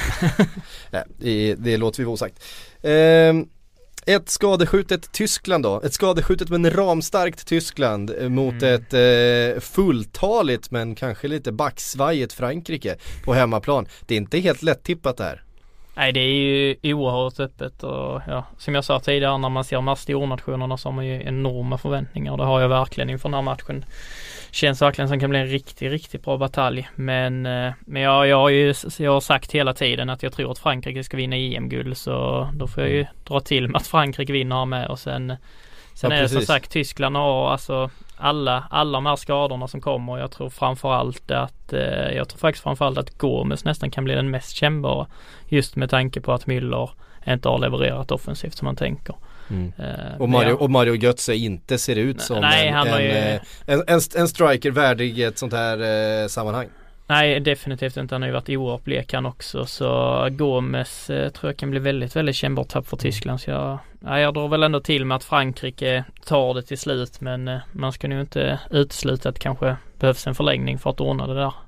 Det låter vi vara osagt. Ett skadeskjutet Tyskland då. Ett skadeskjutet men ramstarkt Tyskland mot ett fulltaligt men kanske lite backsvajigt Frankrike på hemmaplan. Det är inte helt lätt tippat där. Nej, det är ju oerhört öppet och ja, som jag sa tidigare, när man ser de här stornationerna så har man ju enorma förväntningar och det har jag verkligen inför den här matchen. Känns verkligen som kan bli en riktigt, riktigt bra batalj. Men jag har sagt hela tiden att jag tror att Frankrike ska vinna EM-guld, så då får jag ju dra till med att Frankrike vinner med, och sen är det som sagt Tyskland och alltså alla de här skadorna som kommer. Jag tror framförallt att Gomes nästan kan bli den mest kännbara, just med tanke på att Müller inte har levererat offensivt som man tänker. Och Mario Götze inte ser ut som en striker värdig i ett sånt här sammanhang. Nej, definitivt inte. Han har ju varit oerhört blek han också. Så Gomes tror jag kan bli väldigt, väldigt kännbart tapp för Tyskland. Så jag drar väl ändå till med att Frankrike tar det till slut. Men man ska nu inte utesluta att kanske behövs en förlängning för att ordna det där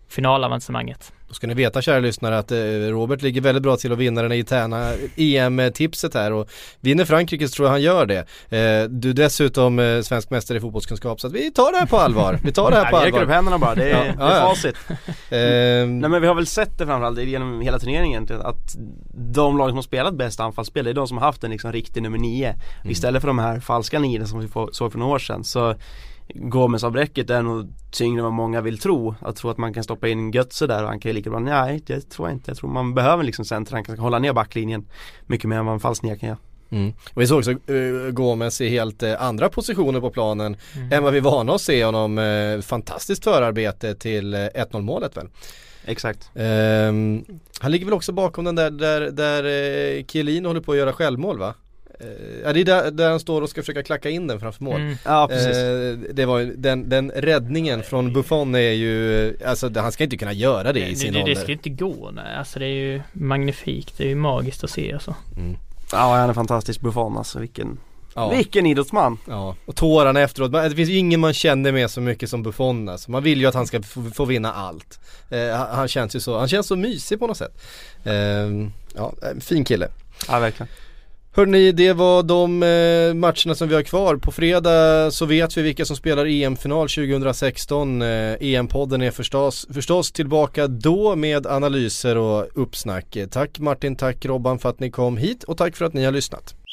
finalavancemanget. Då ska ni veta, kära lyssnare, att Robert ligger väldigt bra till att vinna den interna EM-tipset här, och vinner Frankrike så tror jag han gör det. Du är dessutom svensk mästare i fotbollskunskap, så att vi tar det här på allvar. Vi tar det här på allvar. Vi räcker upp händerna bara, det är facit. Nej, men vi har väl sett det framförallt genom hela turneringen, att de lag som har spelat bäst anfallsspel, det är de som har haft en liksom riktig nummer 9 istället för de här falska 9 som vi såg för några år sedan. Så Gomes-avbräcket är nog tyngre än vad många vill tro. Att tro att man kan stoppa in Götze där och han kan lika bra. Nej, det tror jag inte. Jag tror man behöver liksom center, han kan hålla ner backlinjen mycket mer än vad en falsk 9 kan göra. Och vi såg också Gomes i helt andra positioner på planen än vad vi vana att se honom. Fantastiskt förarbete till 1-0 målet väl. Exakt. Han ligger väl också bakom den där Chiellini håller på att göra självmål, va? Ja, det är där han står och ska försöka klacka in den framför mål. Ja, precis. Det var den räddningen från Buffon är ju, alltså han ska inte kunna göra det i sin ålder. Det ska inte gå, nej. Alltså det är ju magnifikt, det är ju magiskt att se alltså. Ja, han är fantastisk, Buffon alltså, vilken idrottsman. Ja, och tårarna efteråt, det finns ju ingen man känner med så mycket som Buffon alltså. Man vill ju att han ska få vinna allt. Han känns så mysig på något sätt. Fin kille. Ja, verkligen. Hörrni, det var de matcherna som vi har kvar. På fredag så vet vi vilka som spelar EM-final 2016. EM-podden är förstås tillbaka då med analyser och uppsnack. Tack Martin, tack Robban för att ni kom hit, och tack för att ni har lyssnat.